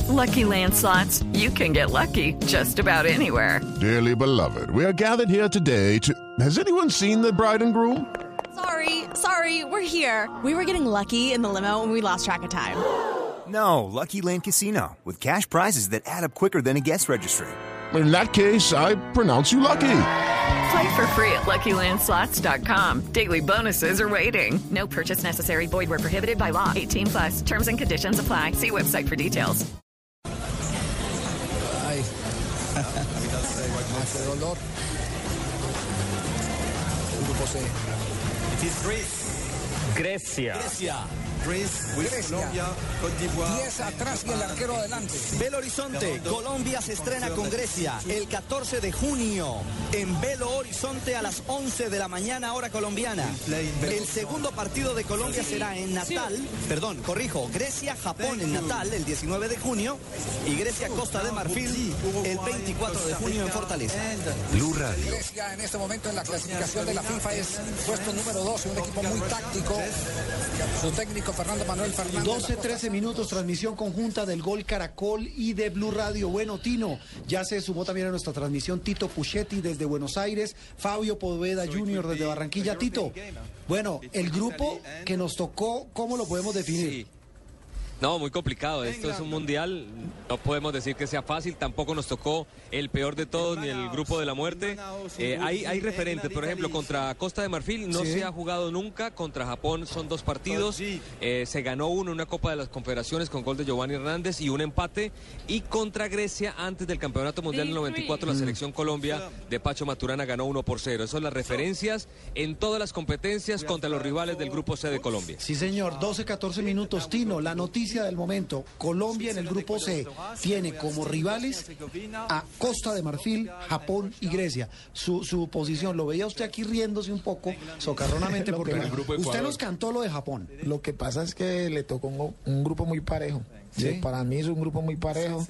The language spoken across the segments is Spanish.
Lucky Land Slots, you can get lucky just about anywhere. Dearly beloved, we are gathered here today to... Has anyone seen the bride and groom? Sorry, we're here. We were getting lucky in the limo and we lost track of time. No, Lucky Land Casino, with cash prizes that add up quicker than a guest registry. In that case, I pronounce you lucky. Play for free at LuckyLandSlots.com. Daily bonuses are waiting. No purchase necessary. Void where prohibited by law. 18+. Terms and conditions apply. See website for details. Ay. Más de dolor. Grupo C. It is Grecia. Grecia. 10 atrás y el arquero adelante. Belo Horizonte, Colombia se estrena con Grecia el 14 de junio en Belo Horizonte a las 11 de la mañana, hora colombiana. El segundo partido de Colombia será en Natal, Grecia-Japón en Natal el 19 de junio y Grecia-Costa de Marfil el 24 de junio en Fortaleza. Blue Radio. Grecia en este momento en la clasificación de la FIFA es puesto número 12, un equipo muy táctico. Su técnico Fernando Manuel Fernández. 12-13 minutos, transmisión conjunta del Gol Caracol y de Blue Radio. Bueno, Tino, ya se sumó también a nuestra transmisión Tito Puchetti desde Buenos Aires, Fabio Poveda Jr. desde Barranquilla. Tito, bueno, el grupo que nos tocó, ¿cómo lo podemos definir? Sí. No, muy complicado. Esto es un mundial. No podemos decir que sea fácil. Tampoco nos tocó el peor de todos ni el grupo de la muerte. Hay referentes. Por ejemplo, contra Costa de Marfil no se ha jugado nunca. Contra Japón son 2 partidos. Se ganó uno en una Copa de las Confederaciones con gol de Giovanni Hernández y un empate. Y contra Grecia, antes del Campeonato Mundial del 94, la selección Colombia de Pacho Maturana ganó 1-0. Esas son las referencias en todas las competencias contra los rivales del grupo C de Colombia. Sí, señor. 12-14 minutos. Tino, la noticia del momento: Colombia en el grupo C tiene como rivales a Costa de Marfil, Japón y Grecia. Su posición, lo veía usted aquí riéndose un poco socarronamente porque usted nos cantó lo de Japón. Lo que pasa es que le tocó un grupo muy parejo. ¿Sí? Para mí es un grupo muy parejo,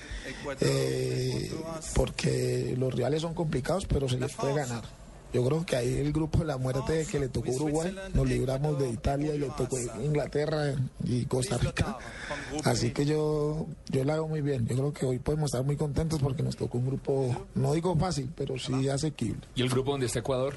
porque los rivales son complicados, pero se les puede ganar. Yo creo que ahí el grupo de la muerte que le tocó Uruguay, nos libramos de Italia y le tocó Inglaterra y Costa Rica. Así que yo la hago muy bien. Yo creo que hoy podemos estar muy contentos porque nos tocó un grupo, no digo fácil, pero sí asequible. ¿Y el grupo donde está Ecuador?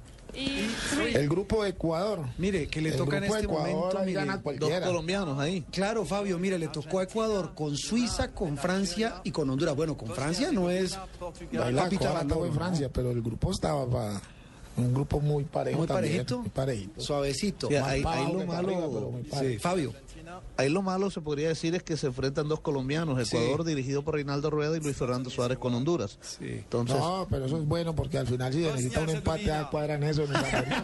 El grupo de Ecuador. Mire, que le toca en este momento, mire, gana cualquiera. 2 colombianos ahí. Claro, Fabio, mire, le tocó a Ecuador con Suiza, con Francia y con Honduras. Bueno, con Francia no es capital de Francia, pero el grupo estaba para un grupo muy parejo. Muy también, parejito, muy parejito. Suavecito. Sí, ahí lo malo, sí, Fabio. Ahí lo malo se podría decir es que se enfrentan 2 colombianos, Ecuador dirigido por Reinaldo Rueda y Luis Fernando Suárez con Honduras. Sí. Entonces, no, pero eso es bueno porque al final si necesita un empate cuadran eso. No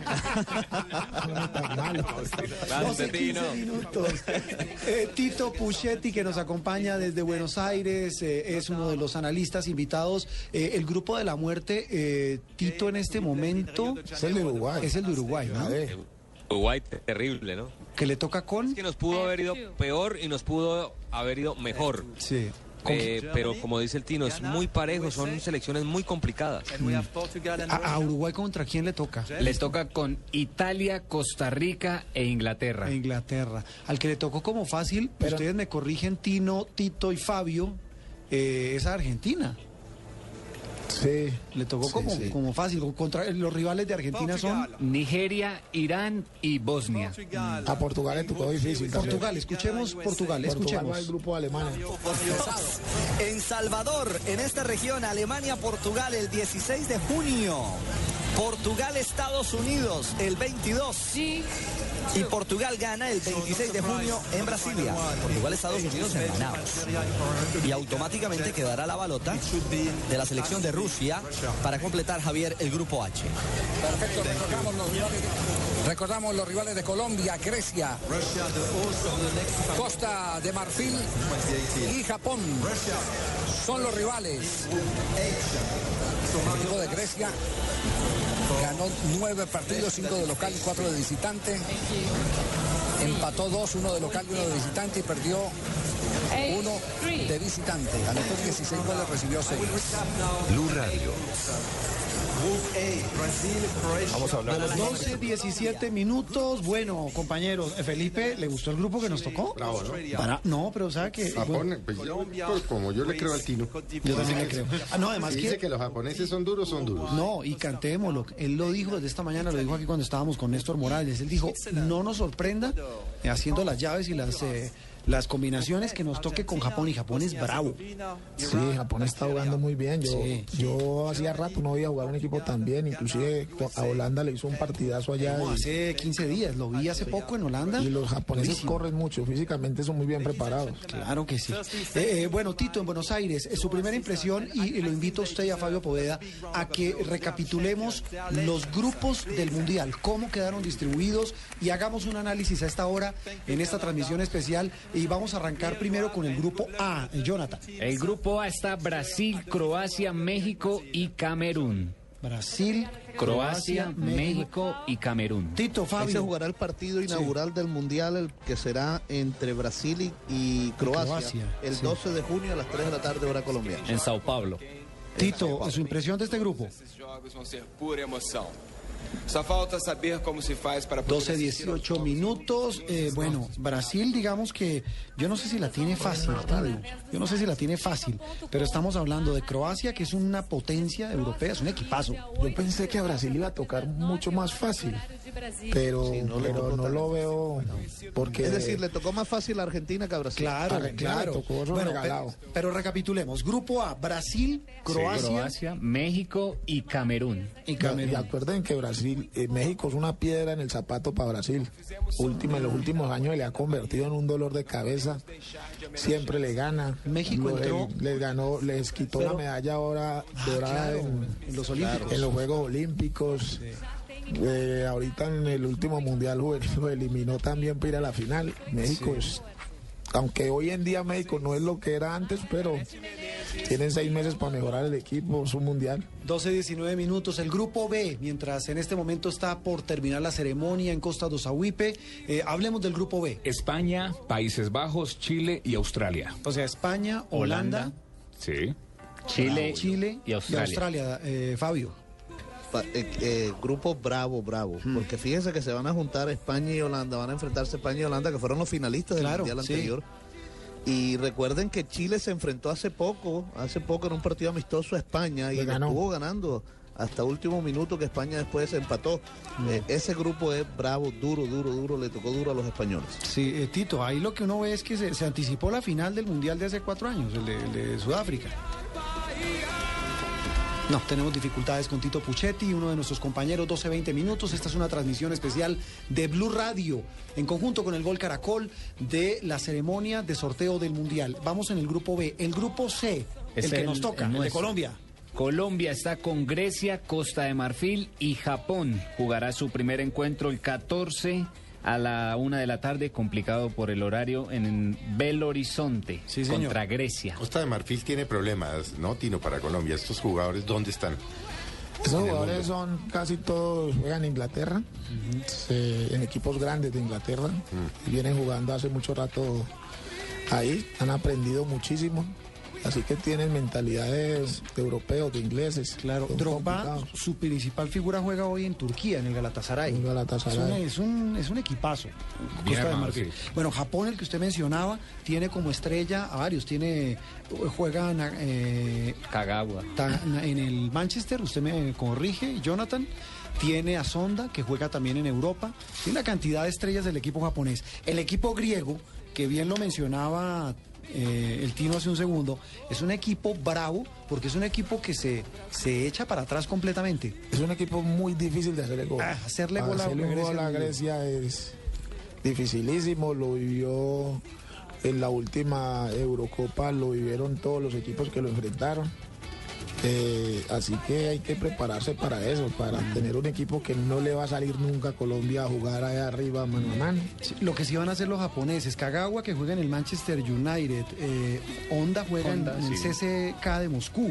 es tan malo. 12-15 minutos. Tito Puchetti, que nos acompaña desde Buenos Aires, es uno de los analistas invitados. El grupo de la muerte, Tito, en este momento es el de Uruguay. Es el de Uruguay, ¿no? Uruguay, terrible, ¿no? Que le toca con... Es que nos pudo haber ido peor y nos pudo haber ido mejor. Sí. Pero como dice el Tino, es muy parejo, son selecciones muy complicadas. ¿A Uruguay contra quién le toca? Le toca con Italia, Costa Rica e Inglaterra. Al que le tocó como fácil, pero ustedes me corrigen, Tino, Tito y Fabio, es a Argentina. Sí. Le tocó como fácil. Contra los rivales de Argentina son Nigeria, Irán y Bosnia. A Portugal le tocó difícil. Portugal, escuchemos Portugal, escuchemos. El grupo de Alemania. En Salvador, en esta región, Alemania-Portugal el 16 de junio. Portugal-Estados Unidos el 22. Sí. Y Portugal gana el 26 de junio en Brasilia. Portugal-Estados Unidos en Manaus. Y automáticamente quedará la balota de la selección de Rusia para completar, Javier, el grupo H. Perfecto, recordamos los rivales de Colombia, Grecia, Costa de Marfil y Japón. Son los rivales. El equipo de Grecia ganó 9 partidos, 5 de local y 4 de visitante. Empató 2, 1 de local y 1 de visitante, y perdió 1 de visitante. Anotó 16 goles, recibió 6. Blue Radio. Vamos a hablar de los 12, 17 minutos. Bueno, compañeros, Felipe, ¿le gustó el grupo que nos tocó? Bravo, ¿no? No, pero ¿sabe qué? Japón, pues, como yo le creo al Tino. Yo también le creo. No, además si dice que los japoneses son duros, son duros. No, y cantémoslo. Él lo dijo desde esta mañana, lo dijo aquí cuando estábamos con Néstor Morales. Él dijo, no nos sorprenda haciendo las llaves y las combinaciones que nos toque con Japón, y Japón es bravo. Sí, Japón está jugando muy bien. Yo hacía rato no había jugado un equipo tan bien, inclusive a Holanda le hizo un partidazo allá. Hace 15 días, lo vi hace poco en Holanda. Y los japoneses corren mucho, físicamente son muy bien preparados. Claro que sí. Bueno, Tito, en Buenos Aires, su primera impresión, y lo invito a usted y a Fabio Poveda a que recapitulemos los grupos del Mundial, cómo quedaron distribuidos, y hagamos un análisis a esta hora en esta transmisión especial. Y vamos a arrancar primero con el grupo A, Jonathan. El grupo A está Brasil, Croacia, México y Camerún. Brasil, Croacia, México y Camerún. Tito, Fabio. Ahí se jugará el partido inaugural del Mundial, el que será entre Brasil y Croacia, el 12 de junio a las 3 de la tarde, hora colombiana. En Sao Paulo. Tito, su impresión de este grupo. Só falta saber cómo se faz para 12, 18 minutos. Bueno, Brasil, digamos que yo no sé si la tiene fácil, Tino. Yo no sé si la tiene fácil, pero estamos hablando de Croacia, que es una potencia europea, es un equipazo. Yo pensé que a Brasil iba a tocar mucho más fácil, pero no lo veo, porque... Es decir, le tocó más fácil a Argentina que a Brasil. Claro. Tocó regalado. Pero recapitulemos. Grupo A, Brasil, Croacia, México y Camerún. Y acuerden que México es una piedra en el zapato para Brasil. En los últimos años le ha convertido en un dolor de cabeza. Siempre le gana. México entró. Les quitó la medalla ahora dorada en los Olímpicos. En los Juegos Olímpicos. Ahorita en el último Mundial Juvenil lo eliminó también para ir a la final. México es... Aunque hoy en día México no es lo que era antes, pero tienen 6 meses para mejorar el equipo, es un mundial. 12, 19 minutos. El grupo B, mientras en este momento está por terminar la ceremonia en Costa do Sauípe. Hablemos del grupo B. España, Países Bajos, Chile y Australia. O sea, España, Holanda. Sí. Chile y Australia. Fabio. Grupo bravo, porque fíjense que se van a juntar España y Holanda, van a enfrentarse España y Holanda, que fueron los finalistas del Mundial anterior. Y recuerden que Chile se enfrentó hace poco en un partido amistoso a España y estuvo ganando hasta último minuto, que España después empató. Ese grupo es bravo, duro, le tocó duro a los españoles. Sí, Tito, ahí lo que uno ve es que se anticipó la final del Mundial de hace 4 años, el de Sudáfrica. No, tenemos dificultades con Tito Puchetti, uno de nuestros compañeros, 12-20 minutos. Esta es una transmisión especial de Blue Radio, en conjunto con el Gol Caracol, de la ceremonia de sorteo del Mundial. Vamos en el grupo B. El grupo C, el que nos toca, el de Colombia. Colombia está con Grecia, Costa de Marfil y Japón. Jugará su primer encuentro el 14 a la 1 de la tarde, complicado por el horario, en Belo Horizonte, contra Grecia. Costa de Marfil tiene problemas, ¿no, Tino, para Colombia? ¿Estos jugadores dónde están? Esos jugadores son casi todos, juegan en Inglaterra, en equipos grandes de Inglaterra, y vienen jugando hace mucho rato ahí, han aprendido muchísimo. Así que tienen mentalidades de europeos, de ingleses. Claro, Drogba, su principal figura, juega hoy en Turquía, en el Galatasaray. Es un equipazo. Costa de Marfil. Sí. Bueno, Japón, el que usted mencionaba, tiene como estrella a varios. Juega Kagawa en el Manchester, usted me corrige, Jonathan. Tiene a Sonda, que juega también en Europa. Tiene una cantidad de estrellas del equipo japonés. El equipo griego, que bien lo mencionaba el Tino hace un segundo, es un equipo bravo, porque es un equipo que se echa para atrás completamente. Es un equipo muy difícil de hacerle gol. Hacerle gol a Grecia es dificilísimo. Lo vivió en la última Eurocopa, lo vivieron todos los equipos que lo enfrentaron. Así que hay que prepararse para eso, para tener un equipo que no le va a salir nunca a Colombia a jugar allá arriba mano a mano. Sí, lo que sí van a hacer los japoneses, Kagawa, que juega en el Manchester United, Honda juega en el CSKA de Moscú.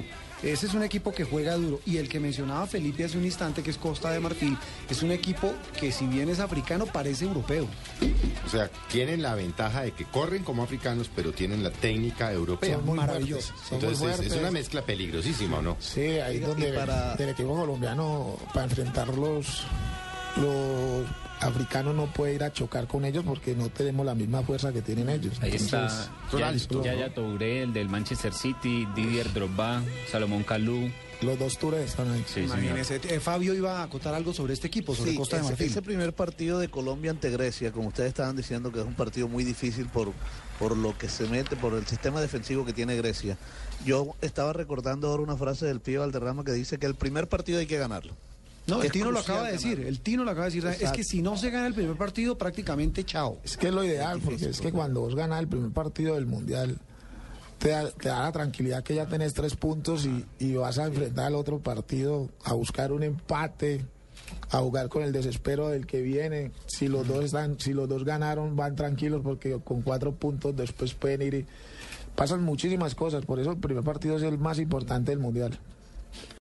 Ese es un equipo que juega duro. Y el que mencionaba Felipe hace un instante, que es Costa de Marfil, es un equipo que si bien es africano, parece europeo. O sea, tienen la ventaja de que corren como africanos, pero tienen la técnica europea. Son muy maravillosos. Entonces es una mezcla peligrosísima, ¿o no? Sí, ahí es donde del equipo colombiano, para enfrentar los africanos, no puede ir a chocar con ellos porque no tenemos la misma fuerza que tienen ellos. Ahí entonces, está Yaya Touré, el del Manchester City, Didier Drogba, Salomón Kalou. Los dos Tourés están ahí. Sí, imagínese, Fabio iba a acotar algo sobre este equipo, sobre Costa de Marfil. Ese primer partido de Colombia ante Grecia, como ustedes estaban diciendo, que es un partido muy difícil por lo que se mete, por el sistema defensivo que tiene Grecia. Yo estaba recordando ahora una frase del Pío Valderrama que dice que el primer partido hay que ganarlo. No, el Tino lo acaba de decir, es que si no se gana el primer partido, prácticamente chao. Es que es lo ideal, porque es que cuando vos ganas el primer partido del Mundial, te da la tranquilidad que ya tenés 3 puntos y vas a enfrentar al otro partido a buscar un empate, a jugar con el desespero del que viene. Si los dos ganaron, van tranquilos porque con 4 puntos después pueden ir y pasan muchísimas cosas. Por eso el primer partido es el más importante del Mundial.